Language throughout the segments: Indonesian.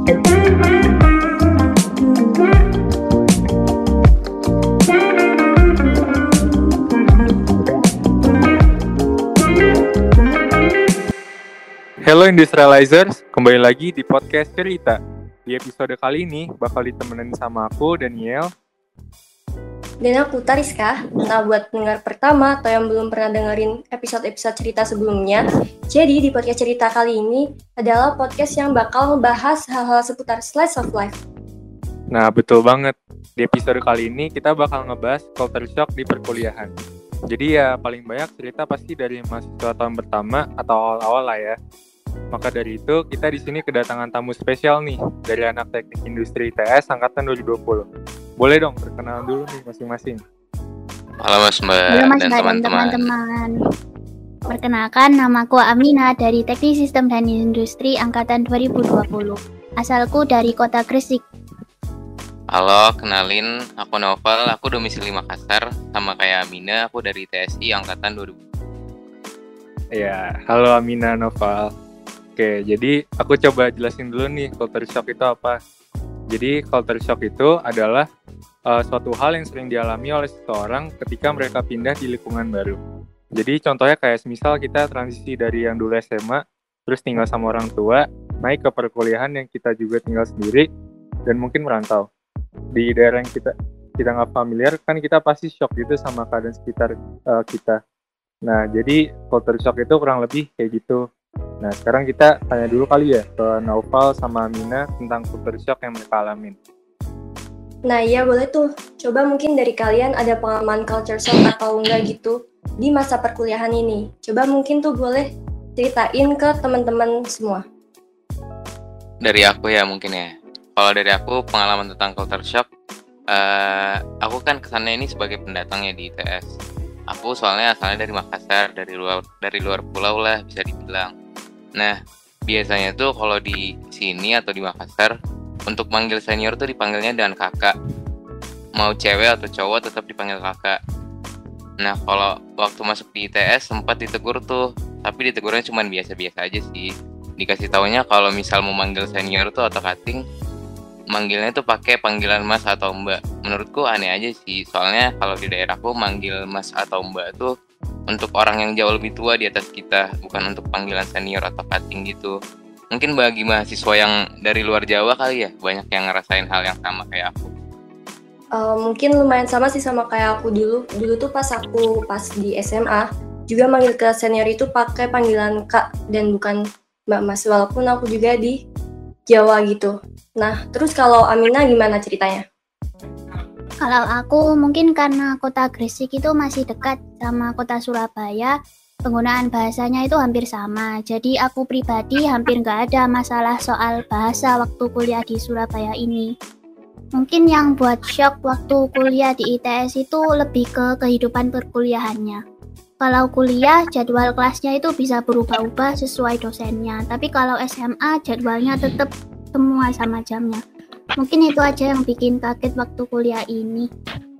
Hello Industrializers, kembali lagi di podcast Cerita. Di episode kali ini bakal ditemenin sama aku, Daniel. Dan aku, Tariska. Nah, buat pendengar pertama atau yang belum pernah dengerin episode-episode cerita sebelumnya, jadi di podcast cerita kali ini adalah podcast yang bakal membahas hal-hal seputar slice of life. Nah, betul banget. Di episode kali ini kita bakal ngebahas culture shock di perkuliahan. Jadi ya paling banyak cerita pasti dari mahasiswa tahun pertama atau awal-awal lah ya. Maka dari itu, kita di sini kedatangan tamu spesial nih dari anak teknik industri ITS angkatan 2020. Boleh dong perkenalan dulu nih masing-masing. Halo Mas Mbak dan teman-teman. Perkenalkan, namaku Amina dari Teknik Sistem dan Industri angkatan 2020. Asalku dari Kota Gresik. Halo, kenalin aku Novel, aku domisili Makassar. Sama kayak Amina, aku dari TSI angkatan 2000. Ya, halo Amina, Novel. Oke, jadi aku coba jelasin dulu nih culture shock itu apa. Jadi culture shock itu adalah suatu hal yang sering dialami oleh seseorang ketika mereka pindah di lingkungan baru. Jadi contohnya kayak misal kita transisi dari yang dulu SMA, terus tinggal sama orang tua, naik ke perkuliahan yang kita juga tinggal sendiri, dan mungkin merantau. Di daerah yang kita nggak familiar, kan kita pasti shock gitu sama keadaan sekitar kita. Nah, jadi culture shock itu kurang lebih kayak gitu. Nah, sekarang kita tanya dulu kali ya ke Naufal sama Amina tentang culture shock yang mereka alamin. Nah, iya boleh tuh. Coba mungkin dari kalian ada pengalaman culture shock atau enggak gitu di masa perkuliahan ini. Coba mungkin tuh boleh ceritain ke teman-teman semua. Dari aku ya mungkin ya. Kalau dari aku pengalaman tentang culture shock, aku kan kesannya ini sebagai pendatang ya di ITS. Aku soalnya asalnya dari Makassar, dari luar pulau lah bisa dibilang. Nah, biasanya tuh kalau di sini atau di Makassar, untuk manggil senior tuh dipanggilnya dengan kakak. Mau cewek atau cowok tetap dipanggil kakak. Nah, kalau waktu masuk di ITS sempat ditegur tuh, tapi ditegurnya cuma biasa-biasa aja sih. Dikasih taunya kalau misal mau manggil senior tuh atau cutting, manggilnya tuh pakai panggilan mas atau mbak. Menurutku aneh aja sih, soalnya kalau di daerahku manggil mas atau mbak tuh untuk orang yang jauh lebih tua di atas kita, bukan untuk panggilan senior atau cutting gitu. Mungkin bagi mahasiswa yang dari luar Jawa kali ya, banyak yang ngerasain hal yang sama kayak aku. Mungkin lumayan sama sih sama kayak aku dulu. Dulu tuh pas di SMA, juga manggil ke senior itu pakai panggilan kak dan bukan mbak mas, walaupun aku juga di Jawa gitu. Nah, terus kalau Amina gimana ceritanya? Kalau aku mungkin karena Kota Gresik itu masih dekat sama Kota Surabaya, penggunaan bahasanya itu hampir sama. Jadi aku pribadi hampir nggak ada masalah soal bahasa waktu kuliah di Surabaya ini. Mungkin yang buat shock waktu kuliah di ITS itu lebih ke kehidupan perkuliahannya. Kalau kuliah, jadwal kelasnya itu bisa berubah-ubah sesuai dosennya. Tapi kalau SMA, jadwalnya tetap semua sama jamnya. Mungkin itu aja yang bikin kaget waktu kuliah ini.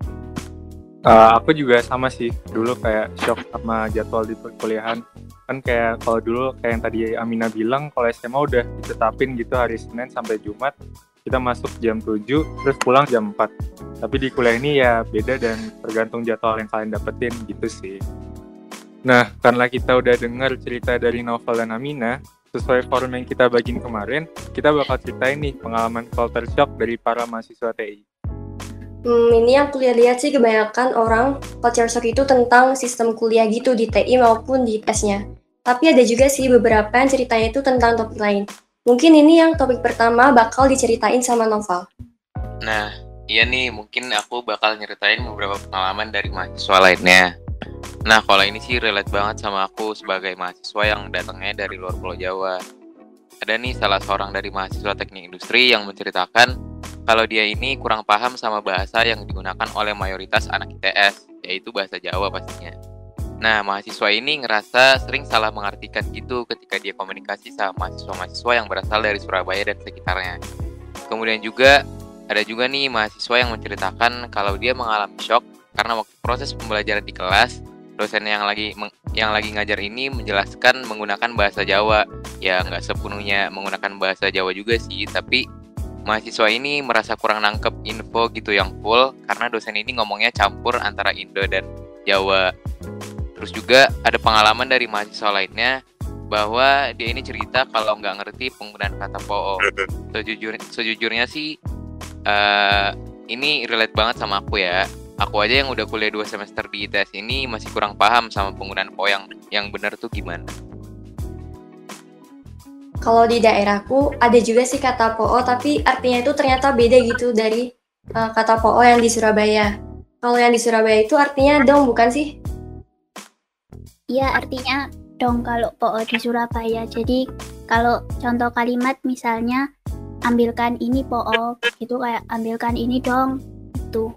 Aku juga sama sih, dulu kayak shock sama jadwal di perkuliahan. Kan kayak kalau dulu kayak yang tadi Amina bilang, kalau SMA udah ditetapin gitu hari Senin sampai Jumat, kita masuk jam 7, terus pulang jam 4. Tapi di kuliah ini ya beda dan tergantung jadwal yang kalian dapetin gitu sih. Nah, karena kita udah dengar cerita dari Novel dan Amina, sesuai forum yang kita bagiin kemarin, kita bakal ceritain nih pengalaman culture shock dari para mahasiswa TI. Ini yang aku lihat sih kebanyakan orang culture shock itu tentang sistem kuliah gitu di TI maupun di ITS-nya. Tapi ada juga sih beberapa yang ceritanya itu tentang topik lain. Mungkin ini yang topik pertama bakal diceritain sama Novel. Nah, iya nih, mungkin aku bakal nyeritain beberapa pengalaman dari mahasiswa lainnya. Nah, kalau ini sih relate banget sama aku sebagai mahasiswa yang datangnya dari luar Pulau Jawa. Ada nih salah seorang dari mahasiswa teknik industri yang menceritakan kalau dia ini kurang paham sama bahasa yang digunakan oleh mayoritas anak ITS, yaitu bahasa Jawa pastinya. Nah, mahasiswa ini ngerasa sering salah mengartikan gitu ketika dia komunikasi sama mahasiswa-mahasiswa yang berasal dari Surabaya dan sekitarnya. Kemudian juga ada juga nih mahasiswa yang menceritakan kalau dia mengalami shock karena waktu proses pembelajaran di kelas, dosen yang lagi ngajar ini menjelaskan menggunakan bahasa Jawa. Ya nggak sepenuhnya menggunakan bahasa Jawa juga sih, tapi mahasiswa ini merasa kurang nangkep info gitu yang full karena dosen ini ngomongnya campur antara Indo dan Jawa. Terus juga ada pengalaman dari mahasiswa lainnya bahwa dia ini cerita kalau nggak ngerti penggunaan kata po. Sejujurnya sih ini relate banget sama aku ya. Aku aja yang udah kuliah 2 semester di ITS ini masih kurang paham sama penggunaan po yang benar tuh gimana. Kalau di daerahku ada juga sih kata po, tapi artinya itu ternyata beda gitu dari kata po yang di Surabaya. Kalau yang di Surabaya itu artinya dong, bukan sih? Iya, artinya dong kalau po di Surabaya. Jadi kalau contoh kalimat misalnya ambilkan ini po, gitu kayak ambilkan ini dong, itu.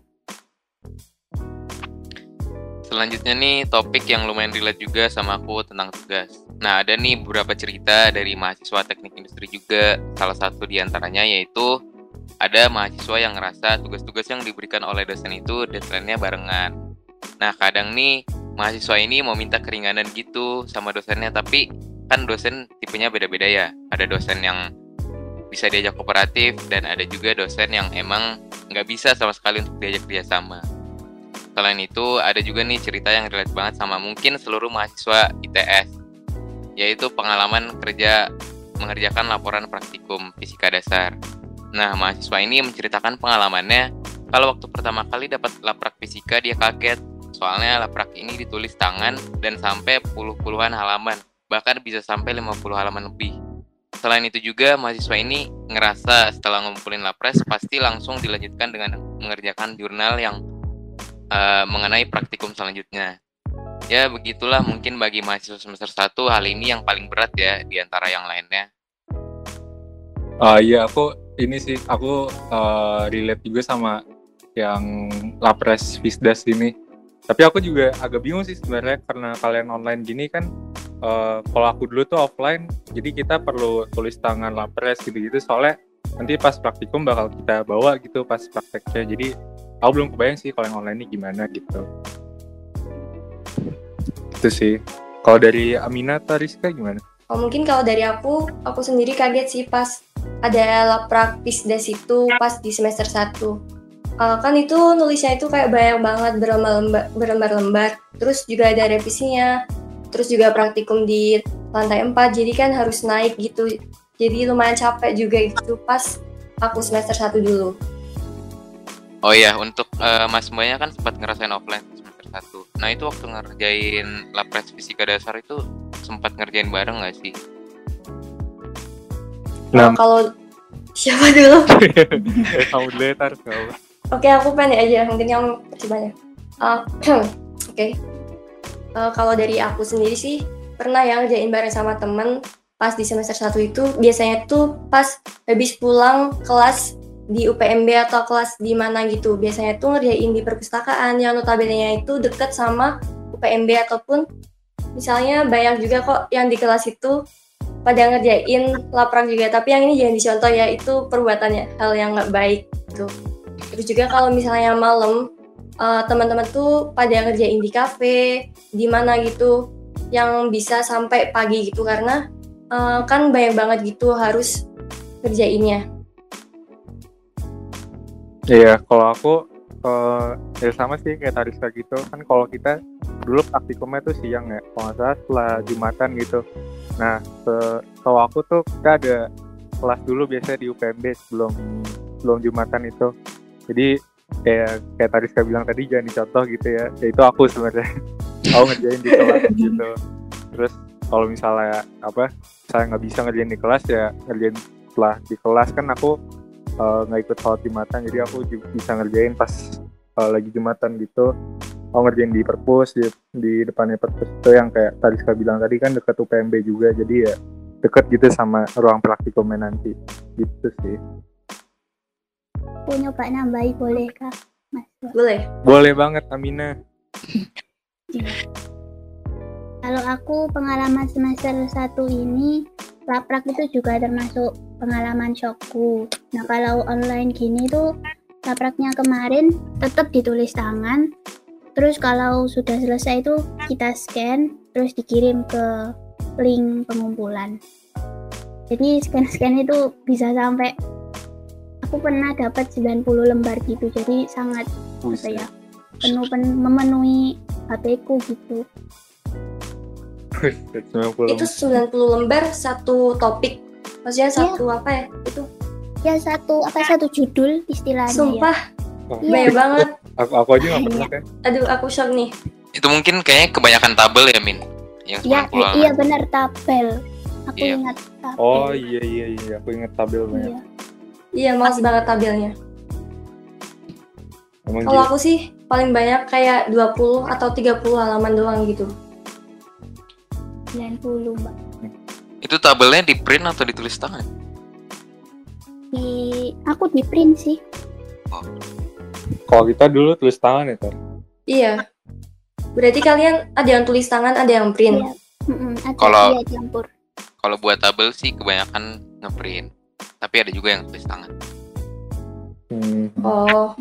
Selanjutnya nih topik yang lumayan relate juga sama aku tentang tugas. Nah, ada nih beberapa cerita dari mahasiswa teknik industri juga. Salah satu diantaranya yaitu ada mahasiswa yang ngerasa tugas-tugas yang diberikan oleh dosen itu deadline-nya barengan. Nah, kadang nih mahasiswa ini mau minta keringanan gitu sama dosennya, tapi kan dosen tipenya beda-beda ya. Ada dosen yang bisa diajak kooperatif dan ada juga dosen yang emang nggak bisa sama sekali untuk diajak kerjasama. Selain itu, ada juga nih cerita yang relate banget sama mungkin seluruh mahasiswa ITS, yaitu pengalaman kerja mengerjakan laporan praktikum fisika dasar. Nah, mahasiswa ini menceritakan pengalamannya kalau waktu pertama kali dapat laprak fisika dia kaget, soalnya laprak ini ditulis tangan dan sampai puluhan halaman, bahkan bisa sampai 50 halaman lebih. Selain itu juga, mahasiswa ini ngerasa setelah ngumpulin lapres pasti langsung dilanjutkan dengan mengerjakan jurnal yang mengenai praktikum selanjutnya. Ya begitulah mungkin bagi mahasiswa semester 1 hal ini yang paling berat ya di antara yang lainnya. Iya, aku relate juga sama yang lapres Fisdas ini. Tapi aku juga agak bingung sih sebenarnya karena kalian online gini kan. Kalau aku dulu tuh offline, jadi kita perlu tulis tangan lapres gitu-gitu. Soalnya nanti pas praktikum bakal kita bawa gitu pas prakteknya. Jadi aku belum kebayang sih kalau yang online ini gimana gitu. Itu sih. Kalau dari Amina atau Rizka gimana? Mungkin kalau dari aku sendiri kaget sih pas ada laprak Fisdas itu pas di semester 1. Kan itu nulisnya itu kayak banyak banget berlembar-lembar. Terus juga ada revisinya. Terus juga praktikum di lantai 4, jadi kan harus naik gitu. Jadi lumayan capek juga gitu pas aku semester 1 dulu. Oh iya, untuk Mas Mbaknya kan sempat ngerasain offline semester 1. Nah itu waktu ngerjain lapres fisika dasar itu sempat ngerjain bareng nggak sih? Nah, kalau siapa dulu? Kamu dulu ya, Tar. Oke, aku pendek aja, mungkin kamu percobanya. Oke. Kalau dari aku sendiri sih pernah ya ngerjain bareng sama temen pas di semester 1 itu. Biasanya tuh pas habis pulang kelas di UPMB atau kelas di mana gitu, biasanya tuh ngerjain di perpustakaan yang notabene-nya itu deket sama UPMB, ataupun misalnya banyak juga kok yang di kelas itu pada ngerjain laprak juga, tapi yang ini jangan dicontoh ya, itu perbuatannya hal yang nggak baik gitu. Terus juga kalau misalnya malam teman-teman tuh pada ngerjain di kafe di mana gitu yang bisa sampai pagi gitu, karena kan banyak banget gitu harus ngerjainnya. Iya, kalau aku ya sama sih kayak Tariska gitu kan. Kalau kita dulu praktikumnya tuh siang ya, kalau nggak salah setelah Jumatan gitu. Nah, setahu aku tuh kita ada kelas dulu biasanya di UPMB sebelum Jumatan itu. Jadi kayak Tariska bilang tadi jangan dicontoh gitu ya. Ya itu aku sebenarnya. Aku ngerjain di kelas gitu. Terus kalau misalnya saya nggak bisa ngerjain di kelas ya ngerjain setelah di kelas. Kan aku nggak ikut sholat Jumatan, jadi aku juga bisa ngerjain pas lagi Jumatan gitu. Aku ngerjain di perpus, di depannya perpus itu yang kayak Tariska bilang tadi kan dekat UPMB juga, jadi ya deket gitu sama ruang praktikumnya nanti gitu sih. Aku nyoba nambahi, boleh kah Mas? Boleh banget Amina. Kalau aku pengalaman semester 1 ini, laprak itu juga termasuk pengalaman syokku. Nah kalau online gini tuh lapraknya kemarin tetap ditulis tangan, terus kalau sudah selesai itu kita scan terus dikirim ke link pengumpulan. Jadi scan itu bisa sampai aku pernah dapat 90 lembar gitu, jadi sangat Buset. memenuhi HP-ku gitu. Buset, 90. Itu 90 lembar satu topik. Maksudnya satu apa ya? Itu Ya satu judul istilahnya. sumpah Wah, banyak banget. aku aja nggak pernah kan. Aduh, aku shock nih. Itu mungkin kayaknya kebanyakan tabel ya, Min? Yang Ya. 90 halaman. Iya benar, tabel. Aku Iya. ingat tabel. Oh iya, aku inget tabel banget. Iya. Iya, males banget tabelnya. Emang Kalau gila. aku sih paling banyak kayak 20 atau 30 halaman doang gitu. 90, Mbak. Itu tabelnya di print atau ditulis tangan? Aku di print sih. Kalau kita dulu tulis tangan ya, Tar? Iya. Berarti kalian ada yang tulis tangan, ada yang print. Iya. Ada Kalau- iya campur. Kalau buat tabel sih kebanyakan ngeprint. Tapi ada juga yang tulis tangan. Oh.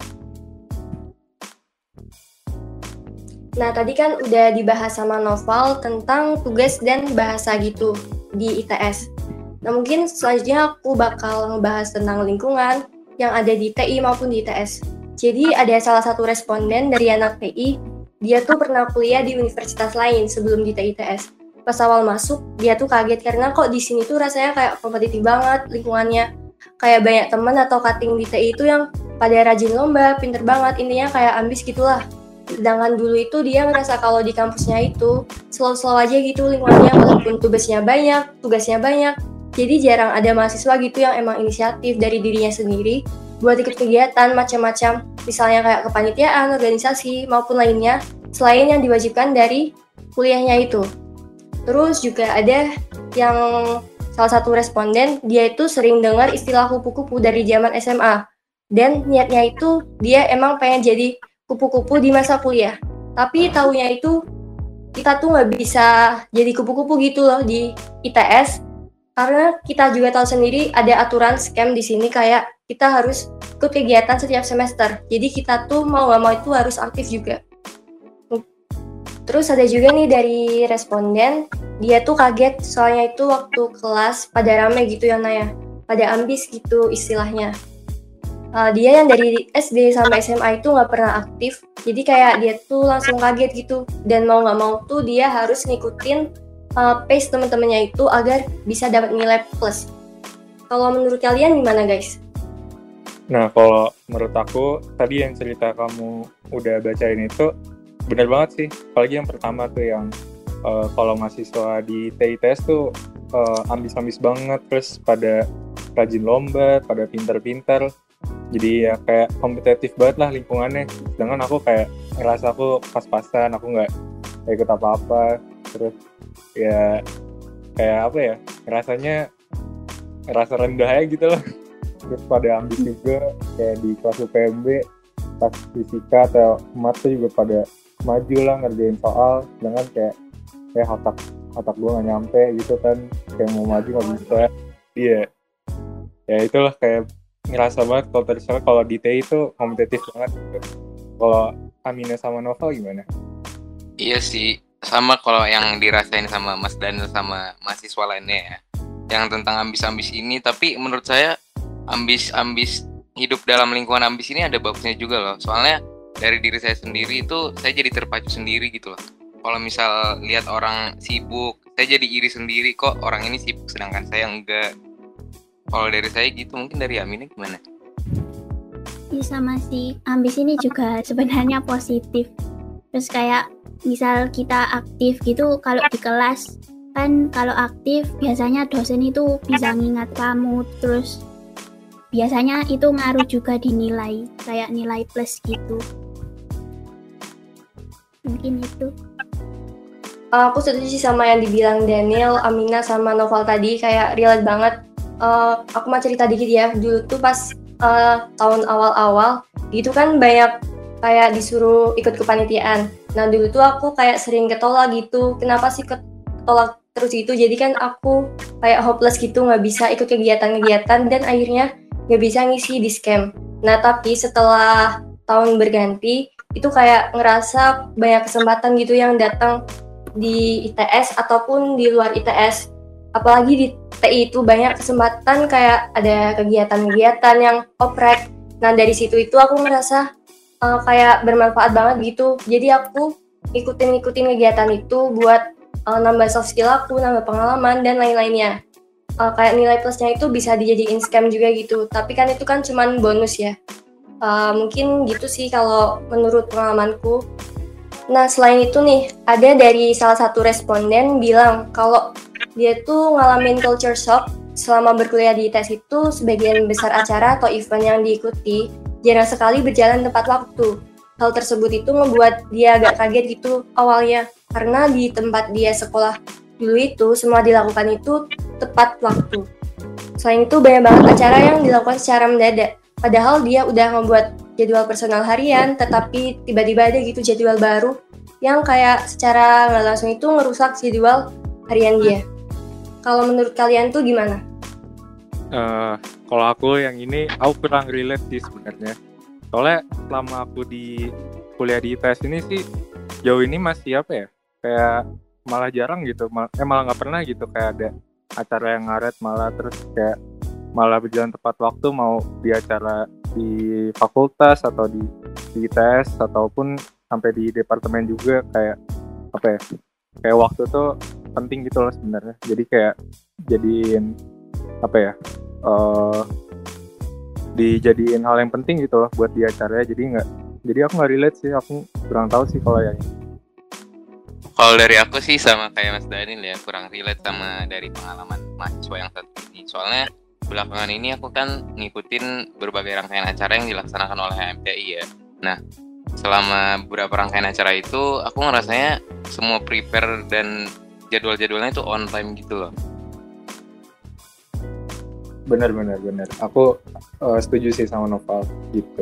Nah, tadi kan udah dibahas sama Noval tentang tugas dan bahasa gitu di ITS. Nah, mungkin selanjutnya aku bakal ngebahas tentang lingkungan yang ada di TI maupun di ITS. Jadi ada salah satu responden dari anak TI, dia tuh pernah kuliah di universitas lain sebelum di TI ITS. Pas awal masuk, dia tuh kaget karena kok di sini tuh rasanya kayak kompetitif banget lingkungannya. Kayak banyak teman atau cutting di TI itu yang pada rajin lomba, pinter banget, intinya kayak ambis gitulah. Sedangkan dulu itu dia ngerasa kalau di kampusnya itu slow-slow aja gitu lingkungannya, walaupun tugasnya banyak. Jadi jarang ada mahasiswa gitu yang emang inisiatif dari dirinya sendiri buat ikut kegiatan macam-macam, misalnya kayak kepanitiaan, organisasi, maupun lainnya, selain yang diwajibkan dari kuliahnya itu. Terus juga ada yang salah satu responden, dia itu sering dengar istilah kupu-kupu dari zaman SMA. Dan niatnya itu dia emang pengen jadi kupu-kupu di masa kuliah. Tapi taunya itu kita tuh nggak bisa jadi kupu-kupu gitu loh di ITS. Karena kita juga tahu sendiri ada aturan scam di sini kayak kita harus ikut kegiatan setiap semester. Jadi kita tuh mau nggak mau itu harus aktif juga. Terus ada juga nih dari responden, dia tuh kaget soalnya itu waktu kelas pada rame gitu ya Naya, pada ambis gitu istilahnya. Dia yang dari SD sampai SMA itu nggak pernah aktif, jadi kayak dia tuh langsung kaget gitu. Dan mau nggak mau tuh dia harus ngikutin pace teman-temannya itu agar bisa dapat nilai plus. Kalau menurut kalian gimana guys? Nah, kalau menurut aku, tadi yang cerita kamu udah bacain itu bener banget sih. Apalagi yang pertama tuh yang kalau mahasiswa di TITS tuh ambis-ambis banget, terus pada rajin lomba, pada pinter-pinter. Jadi ya kayak kompetitif banget lah lingkungannya. Sedangkan aku kayak ngerasa aku pas-pasan, aku nggak ikut apa-apa. Terus ya kayak apa ya, ngerasa rendah aja gitu loh. Terus pada ambis juga, kayak di kelas UPMB pas fisika atau mat tuh juga pada maju lah ngerjain soal, sedangkan kayak otak gue nggak nyampe gitu kan, kayak mau maju nggak bisa. Iya, ya itulah kayak ngerasa banget kalau di TI itu kompetitif banget gitu. Kalau Amina sama Novel gimana? Iya sih, sama kalau yang dirasain sama Mas Daniel sama mahasiswa lainnya ya, yang tentang ambis-ambis ini. Tapi menurut saya ambis hidup dalam lingkungan ambis ini ada bagusnya juga loh. Soalnya dari diri saya sendiri itu saya jadi terpacu sendiri gitu loh. Kalau misal lihat orang sibuk, saya jadi iri sendiri, kok orang ini sibuk sedangkan saya enggak. Kalau dari saya gitu, mungkin dari Amina gimana? Ya sama sih, ambis ini juga sebenarnya positif. Terus kayak misal kita aktif gitu, kalau di kelas kan kalau aktif biasanya dosen itu bisa ngingat kamu, terus biasanya itu ngaruh juga di nilai, kayak nilai plus gitu. Mungkin itu. Aku setuju sih sama yang dibilang Daniel, Amina, sama Noval tadi, kayak relate banget. Aku mau cerita dikit ya, dulu tuh pas tahun awal-awal gitu kan banyak kayak disuruh ikut kepanitiaan. Nah dulu tuh aku kayak sering ketolak gitu, kenapa sih ketolak terus gitu, jadi kan aku kayak hopeless gitu, nggak bisa ikut kegiatan-kegiatan dan akhirnya nggak bisa ngisi di scam. Nah tapi setelah tahun berganti, itu kayak ngerasa banyak kesempatan gitu yang datang di ITS ataupun di luar ITS. apalagi di TI itu banyak kesempatan kayak ada kegiatan-kegiatan yang oprek. Nah dari situ itu aku ngerasa kayak bermanfaat banget gitu. Jadi aku ikutin kegiatan itu buat nambah soft skill aku, nambah pengalaman dan lain-lainnya. Kayak nilai plusnya itu bisa dijadiin scam juga gitu. Tapi kan itu kan cuman bonus ya. Mungkin gitu sih kalau menurut pengalamanku. Nah selain itu nih, ada dari salah satu responden bilang kalau dia tuh ngalamin culture shock selama berkuliah di ITS itu sebagian besar acara atau event yang diikuti jarang sekali berjalan tepat waktu. Hal tersebut itu membuat dia agak kaget gitu awalnya karena di tempat dia sekolah dulu itu semua dilakukan itu tepat waktu. Selain itu banyak banget acara yang dilakukan secara mendadak. Padahal dia udah membuat jadwal personal harian, tetapi tiba-tiba ada gitu jadwal baru yang kayak secara nggak langsung itu ngerusak jadwal harian dia. Kalau menurut kalian tuh gimana? Kalau aku yang ini, aku kurang relate sih sebenarnya. Soalnya selama aku di kuliah di ITS ini sih, jauh ini masih apa ya, kayak malah jarang gitu, malah nggak pernah gitu kayak ada acara yang ngaret malah terus kayak malah berjalan tepat waktu, mau di acara di fakultas atau di ITS ataupun sampai di departemen juga, kayak apa ya, kayak waktu tuh penting gitu loh sebenarnya. Jadi kayak jadiin apa ya, dijadiin hal yang penting gitu loh buat di acaranya. Jadi aku nggak relate sih, aku kurang tahu sih kalau yang ini. Kalau dari aku sih sama kayak Mas Daniel ya, kurang relate sama dari pengalaman mahasiswa yang satu ini. Soalnya belakangan ini aku kan ngikutin berbagai rangkaian acara yang dilaksanakan oleh HMTI ya. Nah, selama beberapa rangkaian acara itu aku ngerasanya semua prepare dan jadwal-jadwalnya itu on time gitu loh. Benar. Aku setuju sih sama Noval gitu.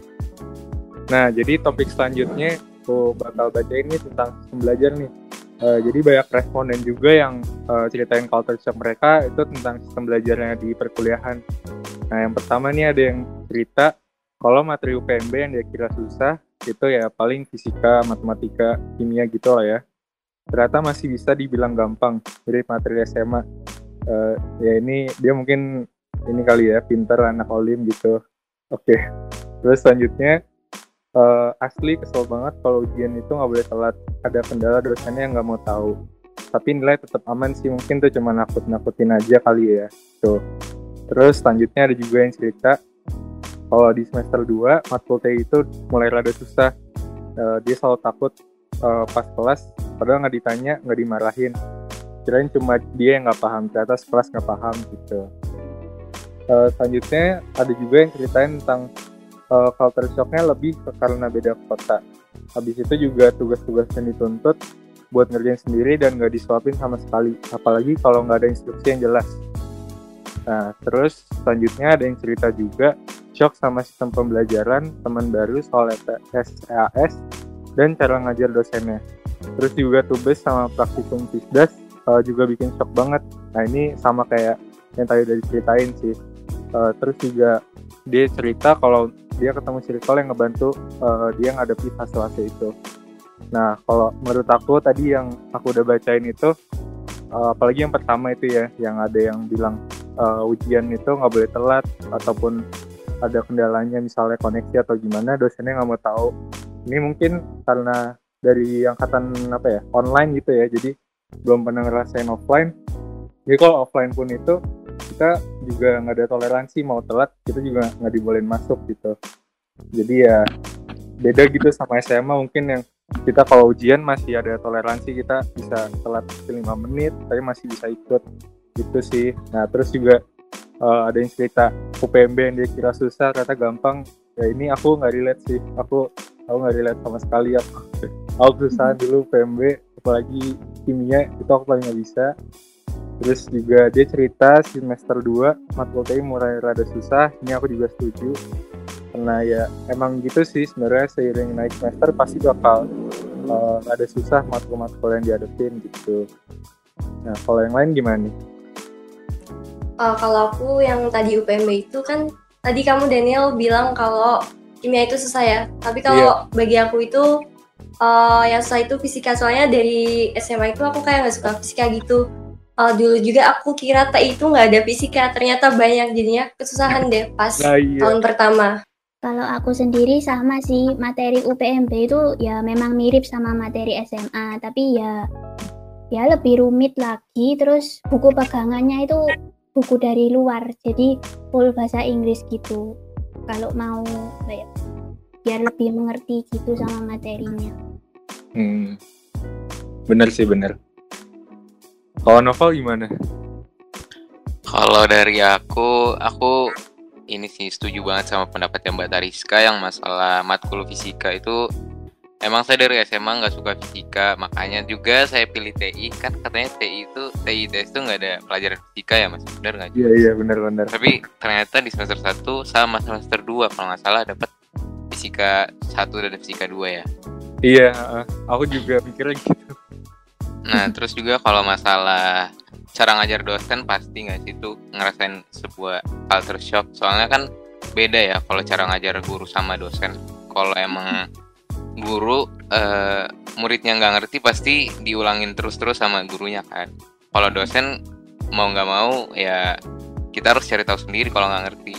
Nah, jadi topik selanjutnya aku bakal baca ini tentang sistem belajar nih. Jadi banyak responden juga yang ceritain culture shock mereka itu tentang sistem belajarnya di perkuliahan. Nah, yang pertama nih ada yang cerita kalau materi UPMB yang dia kira susah itu ya paling fisika, matematika, kimia gitu lah ya. Ternyata masih bisa dibilang gampang dari materi SMA. Ya ini dia mungkin ini kali ya, pinter anak olim gitu. Oke. Terus selanjutnya asli kesel banget kalau ujian itu nggak boleh telat. Ada kendala dosennya yang nggak mau tahu. Tapi nilai tetap aman sih, mungkin tuh cuma nakut-nakutin aja kali ya. Tuh. Terus selanjutnya ada juga yang cerita kalau di semester 2 matkul TI itu mulai rada susah. Dia selalu takut pas kelas, padahal nggak ditanya, nggak dimarahin. Kirain cuma dia yang nggak paham, ternyata sekelas nggak paham gitu. Selanjutnya ada juga yang ceritain tentang culture shock-nya lebih karena beda kota. Habis itu juga tugas-tugas yang dituntut buat ngerjain sendiri dan nggak disuapin sama sekali, apalagi kalau nggak ada instruksi yang jelas. Nah, terus selanjutnya ada yang cerita juga shock sama sistem pembelajaran, teman baru soal SEAS, dan cara ngajar dosennya. Terus juga tugas sama praktikum FISDAS juga bikin shock banget. Nah, ini sama kayak yang tadi udah diceritain sih. Terus juga dia cerita kalau dia ketemu circle yang ngebantu dia ngadepi fase-fase itu. Nah, kalau menurut aku tadi yang aku udah bacain itu, apalagi yang pertama itu ya, yang ada yang bilang ujian itu nggak boleh telat, ataupun ada kendalanya misalnya koneksi atau gimana, dosennya nggak mau tahu. Ini mungkin karena dari angkatan online gitu ya, jadi belum pernah ngerasain offline. Jadi kalau offline pun itu kita juga nggak ada toleransi, mau telat kita juga nggak dibolehin masuk gitu. Jadi ya beda gitu sama SMA mungkin, yang kita kalau ujian masih ada toleransi, kita bisa telat 5 menit tapi masih bisa ikut gitu sih. Nah, terus juga ada yang cerita UPMB yang dia kira susah ternyata gampang. Ya ini aku nggak relate sih, aku nggak relate sama sekali. Aku susah dulu UPMB, apalagi kimia itu aku paling nggak bisa. Terus juga dia cerita semester 2 matkul TI mulai rada susah. Ini aku juga setuju, karena ya emang gitu sih sebenarnya, seiring naik semester pasti bakal rada susah matkul-matkul yang dihadapin gitu. Nah, kalau yang lain gimana nih? Kalau aku yang tadi UPMB itu kan tadi kamu Daniel bilang kalau kimia itu susah ya. Tapi kalau bagi aku itu yang susah itu fisika, soalnya dari SMA itu aku kayak nggak suka fisika gitu. dulu juga aku kira TI itu nggak ada fisika, ternyata banyak, jadinya kesusahan deh pas Nah iya. tahun pertama. Kalau aku sendiri sama sih, materi UPMB itu ya memang mirip sama materi SMA, tapi ya lebih rumit lagi. Terus buku pegangannya itu buku dari luar, jadi full bahasa Inggris gitu. Kalau mau biar lebih mengerti gitu sama materinya. Bener sih, bener. Kalau Novel gimana? Kalau dari aku ini sih setuju banget sama pendapatnya Mbak Tariska yang masalah matkul fisika itu. Emang saya dari SMA nggak suka fisika, makanya juga saya pilih TI. Kan katanya TI ITS itu nggak ada pelajaran fisika ya Mas, benar nggak? Iya benar. Tapi ternyata di semester 1 sama semester 2 kalau nggak salah dapat fisika 1 dan fisika 2 ya. Iya, aku juga mikirnya gitu. Nah terus juga kalau masalah cara ngajar dosen, pasti nggak sih tuh ngerasain sebuah culture shock. Soalnya kan beda ya kalau cara ngajar guru sama dosen. Kalau emang guru muridnya nggak ngerti pasti diulangin terus sama gurunya kan. Kalau dosen mau nggak mau ya kita harus cari tahu sendiri kalau nggak ngerti.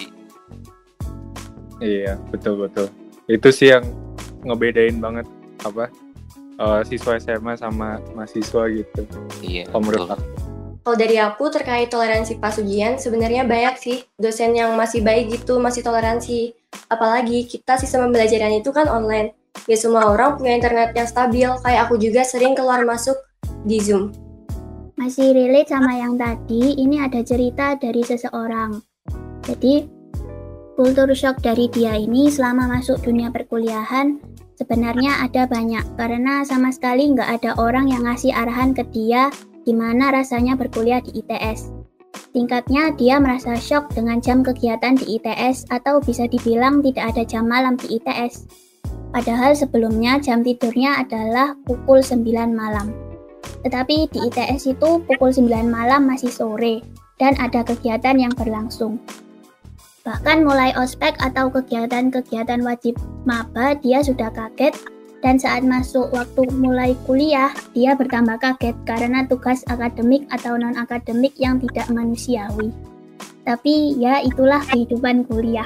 Iya, betul. Itu sih yang ngebedain banget siswa SMA sama mahasiswa gitu. Iya. Menurut aku. Kalau dari aku terkait toleransi pas ujian, sebenarnya banyak sih dosen yang masih baik gitu, masih toleransi. Apalagi kita sistem pembelajaran itu kan online. Gak semua orang punya internet yang stabil, kayak aku juga sering keluar masuk di Zoom. Masih relate sama yang tadi, ini ada cerita dari seseorang. Jadi, kultur shock dari dia ini selama masuk dunia perkuliahan sebenarnya ada banyak, karena sama sekali nggak ada orang yang ngasih arahan ke dia gimana rasanya berkuliah di ITS. Tingkatnya dia merasa shock dengan jam kegiatan di ITS atau bisa dibilang tidak ada jam malam di ITS. Padahal sebelumnya jam tidurnya adalah pukul 9 malam. Tetapi di ITS itu pukul 9 malam masih sore dan ada kegiatan yang berlangsung. Bahkan mulai ospek atau kegiatan-kegiatan wajib maba dia sudah kaget. Dan saat masuk waktu mulai kuliah, dia bertambah kaget karena tugas akademik atau non-akademik yang tidak manusiawi. Tapi ya itulah kehidupan kuliah.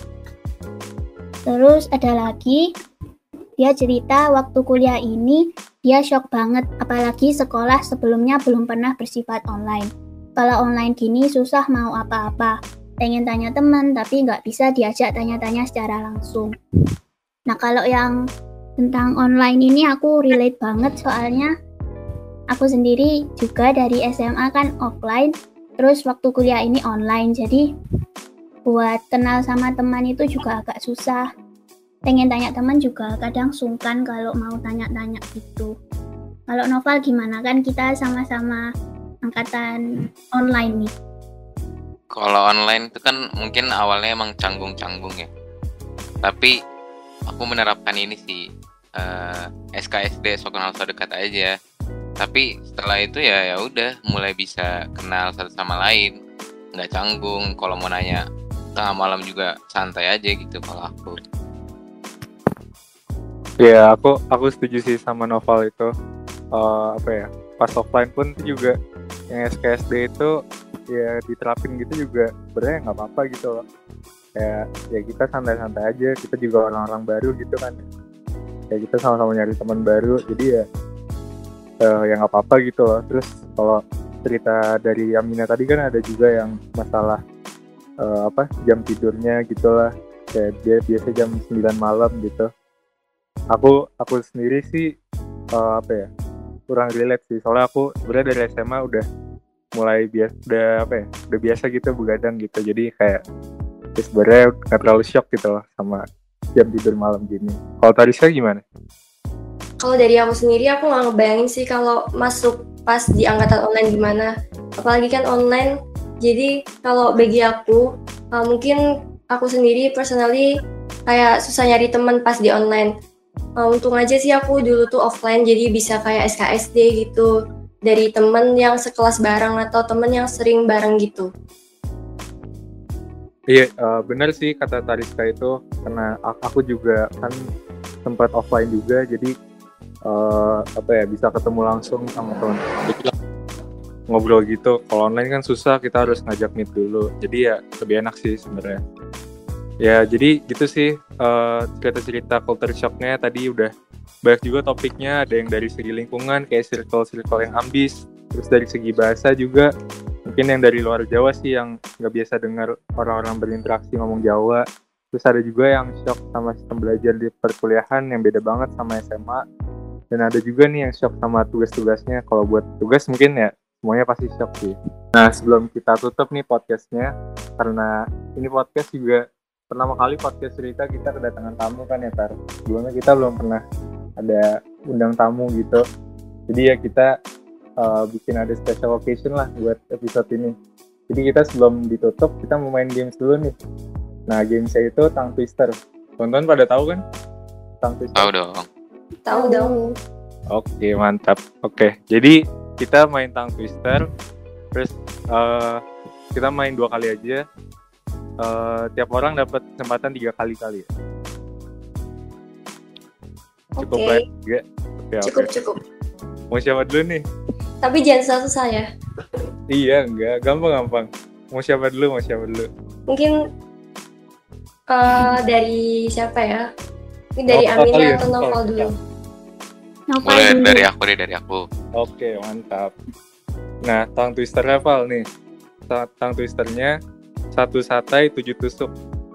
Terus ada lagi, dia cerita waktu kuliah ini, dia shock banget, apalagi sekolah sebelumnya belum pernah bersifat online. Kalau online gini susah mau apa-apa. Pengen tanya teman, tapi nggak bisa diajak tanya-tanya secara langsung. Nah kalau yang tentang online ini aku relate banget, soalnya aku sendiri juga dari SMA kan offline, terus waktu kuliah ini online, jadi buat kenal sama teman itu juga agak susah. Pengen tanya teman juga kadang sungkan kalau mau tanya-tanya gitu. Kalau Novel gimana, kan kita sama-sama angkatan online nih. Kalau online itu kan mungkin awalnya emang canggung-canggung ya, tapi aku menerapkan ini sih, SKSD so kenal so dekat aja. Tapi setelah itu ya udah mulai bisa kenal satu sama lain, nggak canggung. Kalau mau nanya tengah malam juga santai aja gitu kalau aku. Ya aku setuju sih sama Novel itu. Pas offline pun juga yang SKSD itu ya diterapin gitu juga sebenarnya nggak apa-apa gitu loh. Ya kita santai-santai aja, kita juga orang-orang baru gitu kan. Ya kita sama-sama nyari teman baru, jadi ya nggak apa-apa gitu loh. Terus kalau cerita dari Amina tadi kan ada juga yang masalah jam tidurnya gitulah, kayak dia biasa jam 9 malam gitu. Aku sendiri sih kurang relate sih, soalnya aku sebenarnya dari SMA udah mulai udah biasa gitu begadang gitu, jadi kayak sebenarnya nggak terlalu shock gitu loh sama jam tidur malam gini. Kalau Tariska gimana? Kalau dari aku sendiri, aku nggak ngebayangin sih kalau masuk pas di angkatan online gimana. Apalagi kan online, jadi kalau bagi aku, mungkin aku sendiri personally kayak susah nyari teman pas di online. Untung aja sih aku dulu tuh offline, jadi bisa kayak SKSD gitu, dari teman yang sekelas bareng atau teman yang sering bareng gitu. Iya, benar sih kata Tariska itu, karena aku juga kan sempat offline juga, jadi bisa ketemu langsung sama teman. ngobrol gitu. Kalau online kan susah, kita harus ngajak meet dulu. Jadi ya lebih enak sih sebenarnya. Ya jadi gitu sih cerita-cerita culture shocknya tadi udah banyak juga topiknya. Ada yang dari segi lingkungan kayak circle-circle yang ambis, terus dari segi bahasa juga mungkin yang dari luar Jawa sih yang nggak biasa dengar orang-orang berinteraksi ngomong Jawa. Terus ada juga yang shock sama sistem belajar di perkuliahan yang beda banget sama SMA. Dan ada juga nih yang shock sama tugas-tugasnya. Kalau buat tugas mungkin ya semuanya pasti shock sih. Nah sebelum kita tutup nih podcastnya, karena ini podcast juga pertama kali podcast cerita kita kedatangan tamu kan ya Tar. Sebelumnya kita belum pernah ada undang tamu gitu. Jadi ya kita bikin ada special occasion lah buat episode ini. Jadi kita sebelum ditutup kita mau main games dulu nih. Nah gamesnya itu Tongue Twister. Teman-teman pada tahu kan? Tongue Twister. Tahu dong. Tahu dong. Oke mantap. Oke jadi kita main Tongue Twister. Terus kita main 2 kali aja. Tiap orang dapat kesempatan 3 kali ya. Cukup Oke. lah ya. Cukup. Mau siapa dulu nih? Tapi jangan susah ya. Iya enggak, gampang. Mau siapa dulu? Mungkin dari siapa ya? Ini dari Novel Amina kali ya, atau Novel Novel. dulu? Novel Boleh dulu. dari aku. Oke mantap. Nah Tongue Twister level nih. Tongue Twisternya 1 satai 7 tusuk.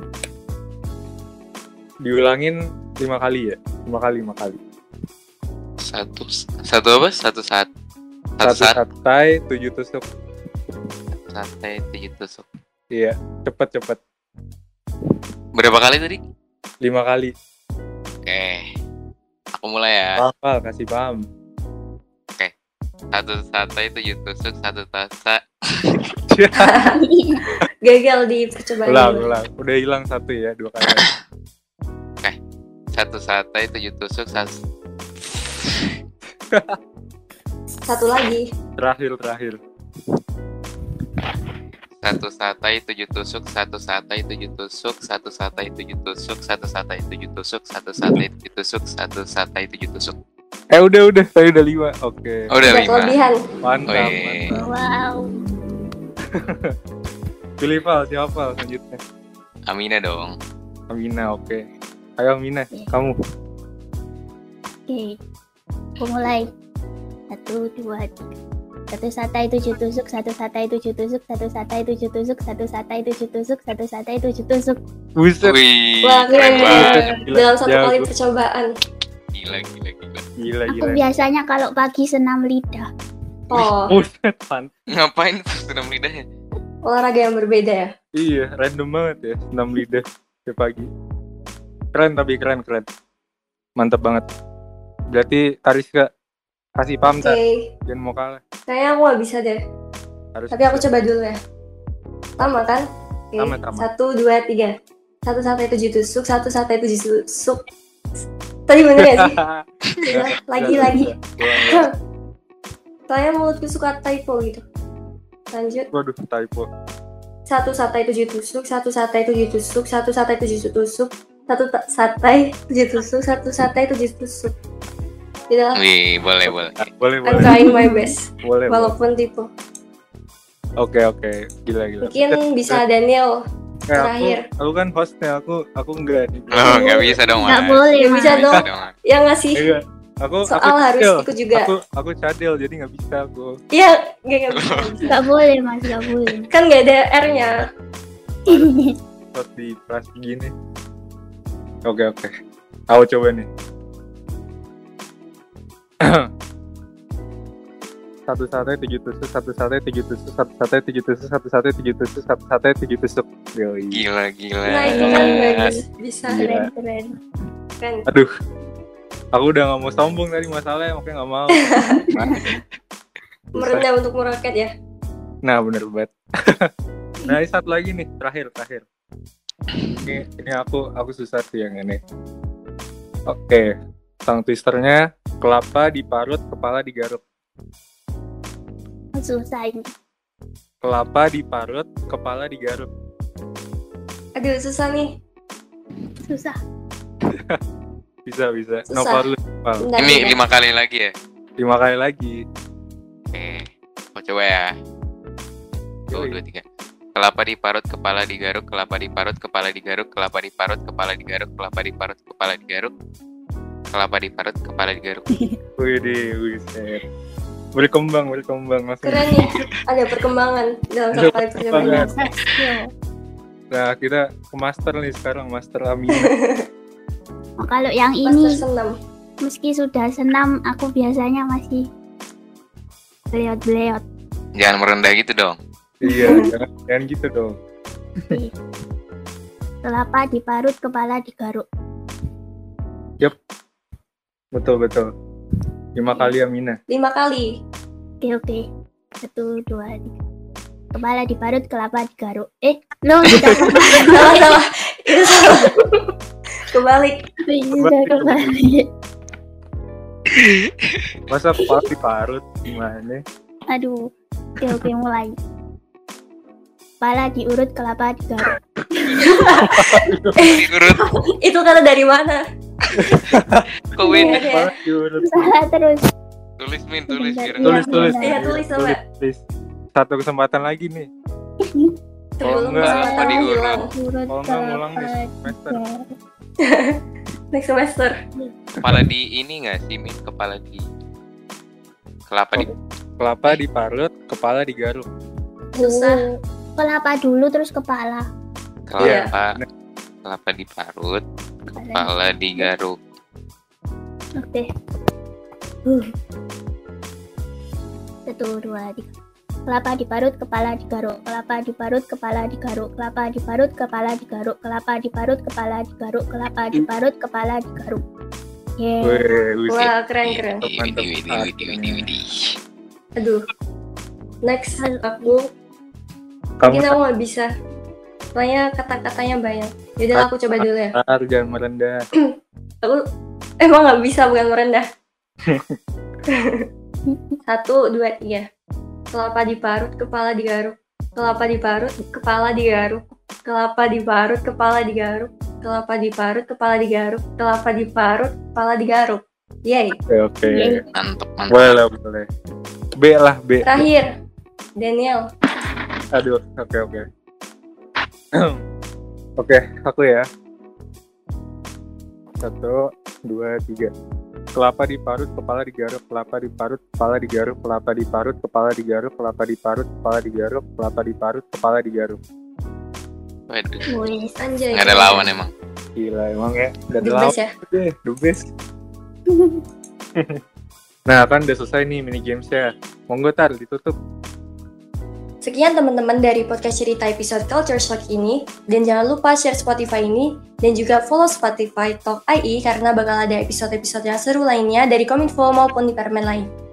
Diulangin 5 kali ya? 5 kali. Satu apa? Satu saat. 1 satai 7 tusuk. Santai 7 tusuk. Iya, cepet. Berapa kali tadi? 5 kali. Oke. Aku mulai ya. Hafal, kasih paham. Satu satai 7 tusuk, satu tasa. Gagal di percobaan. Ulang. Udah hilang 1 ya, 2 kali. Satu satai 7 tusuk, Satu lagi. Terakhir. satu satai 7 tusuk, satu satai 7 tusuk, satu satai 7 tusuk, satu satai 7 tusuk, satu satai 7 tusuk, satu satai 7 tusuk. Udah, saya udah 5. Oke. Oh, udah Udah 5. kelebihan. Mantap. Wih. Wow. Pilih Val, siapa selanjutnya? Amina dong. Amina, oke. Ayo Amina, kamu. Oke. Aku mulai. 1, 2, 3. Satu satai 7 tusuk, satu satai 7 tusuk, satu satai 7 tusuk, satu satai 7 tusuk, satu satai 7 tusuk. Buset. Wih, Wah, keren keren. banget. Gila. Dalam 1 Jago. kali percobaan. Gila. Aku biasanya kalau pagi senam lidah. Oh, Buset, mantap. Ngapain senam lidahnya? olahraga yang berbeda ya. Iya, random banget ya, senam lidah tiap pagi. Keren. Mantap banget. Berarti Tariska kasih paham Oke. jangan mau kalah. Kayaknya aku nggak bisa deh. Harus Tapi aku coba dulu ya. Sama kan? Oke. Sama. 1, 2, 3. Satu satai 7 tusuk, satu satai 7 tusuk. Tadi bener gak sih? Lagi. Saya mulutku suka typo gitu. Lanjut. Waduh, typo. Satu satai 7 tusuk, satu satai 7 tusuk, satu satai 7 tusuk, satu satai 7 tusuk, satu satai 7 tusuk. Gitu lah. Wih, boleh. Boleh. I'm trying my best. Boleh. Walaupun typo. Oke. Gila. Mungkin bisa Daniel terakhir. Aku kan hostnya, aku enggak nih. Oh, nggak bisa dong, Nggak Mas. boleh, Nggak bisa Mas. dong. Nggak bisa dong, Mas. Yang ngasih Iya. Aku soal cadel. harus ikut juga. Aku cadel jadi nggak bisa aku. Iya, nggak bisa. Nggak boleh, Mas. Nggak boleh. Kan nggak ada R-nya. Terus di kelas gini. Oke. Aku coba nih. Satu satai 7 tusuk, satu satai 7 tusuk, satu satai 7 tusuk, satu satai 7 tusuk, satu satai 7 tusuk. Yoi. Gila. Nah, itu kan bagus. Bisa. Iya. Keren. Kan. Aduh, aku udah nggak mau sombong tadi masalahnya, makanya nggak mau. Merendah untuk merakyat ya. Nah, bener banget. Nah, ini satu lagi nih, terakhir. Ini aku susah sih yang ini. Oke, tongue twisternya kelapa diparut, kepala digaruk. Susah ini. Kelapa diparut, kepala digaruk. Aduh, susah nih. Susah. Bisa. Susah. Nopal dulu. Nopal. Bentar, Ini bentar. 5 kali lagi ya? 5 kali lagi. Oke. Aku coba ya. 1, 2, 3. Kelapa diparut, kepala digaruk, kelapa diparut, kepala digaruk, kelapa diparut, kepala digaruk, kelapa diparut, kepala digaruk, kelapa diparut, kepala digaruk. Wih, berkembang langsung. Keren nih, ada perkembangan dalam satu kali percobaan. Nah, kita ke master nih sekarang, Master Amina. Kalau yang Master ini, senam. meski sudah senam, aku biasanya masih beleot-beleot. Jangan merendah gitu dong. Iya, jangan gitu dong. Kelapa diparut, kepala digaruk. Betul. 5 kali Amina. 5 kali. Oke. 1, 2, 3. Kepala diparut, kelapa digaruk. Sudah Salah. Itu salah. Kebalik. kembali. Masa kepala diparut gimana? Aduh. Oke, mulai. Kepala diurut, kelapa digaruk. Diurut. Itu kata dari mana? Kok beda? Kepala diurut. Salah terus. Tulis Min, tulis biar Tulis. Iya, tulis coba. Tulis. Satu kesempatan lagi nih. Sebelum enggak, kesempatan apa diurut? hilang. Urut, Kalau nggak ngulang nih kelapa semester. digaruk. Next semester. Kepala di ini nggak sih Min? Kepala di kelapa di Kelapa diparut, kepala digaruk. Susah. Kelapa dulu terus kepala. kelapa. Kelapa diparut, kepala digaruk. Oke. 1, 2, 3. Kelapa diparut, kepala digaruk. Kelapa diparut, kepala digaruk. Kelapa diparut, kepala digaruk. Kelapa diparut, kepala digaruk. Kelapa diparut, kepala digaruk. Wih, Wah, keren. Widih. Aduh. Next aku kamu mungkin aku nggak bisa. Soalnya kata-katanya banyak. Yaudah aku coba dulu ya. jangan merendah. Aku emang nggak bisa, bukan merendah. 1, 2, 3. Kelapa diparut, kepala digaruk. Kelapa diparut, kepala digaruk. Kelapa diparut, kepala digaruk. Kelapa diparut, kepala digaruk. Kelapa diparut, kepala digaruk. Yay. Oke. Mantap. Boleh. B lah, B. Terakhir, Daniel. Aduh, oke. Oke, aku ya. 1, 2, 3. Kelapa diparut, kepala digaruk. Kelapa diparut, kepala digaruk. Kelapa diparut, kepala digaruk. Kelapa diparut, kepala digaruk. Kelapa diparut, kepala digaruk. Waduh. Wih, anjay. Nggak ada lawan emang. Gila, emang ya. Gak ada The lawan best ya. deh, the best. Nah, kan udah selesai nih mini games-nya. Monggo Tar, ditutup. Sekian teman-teman dari podcast cerita episode Culture Shock ini. Dan jangan lupa share Spotify ini. Dan juga follow Spotify Talk IE karena bakal ada episode-episode yang seru lainnya dari Kominfo maupun departemen lain.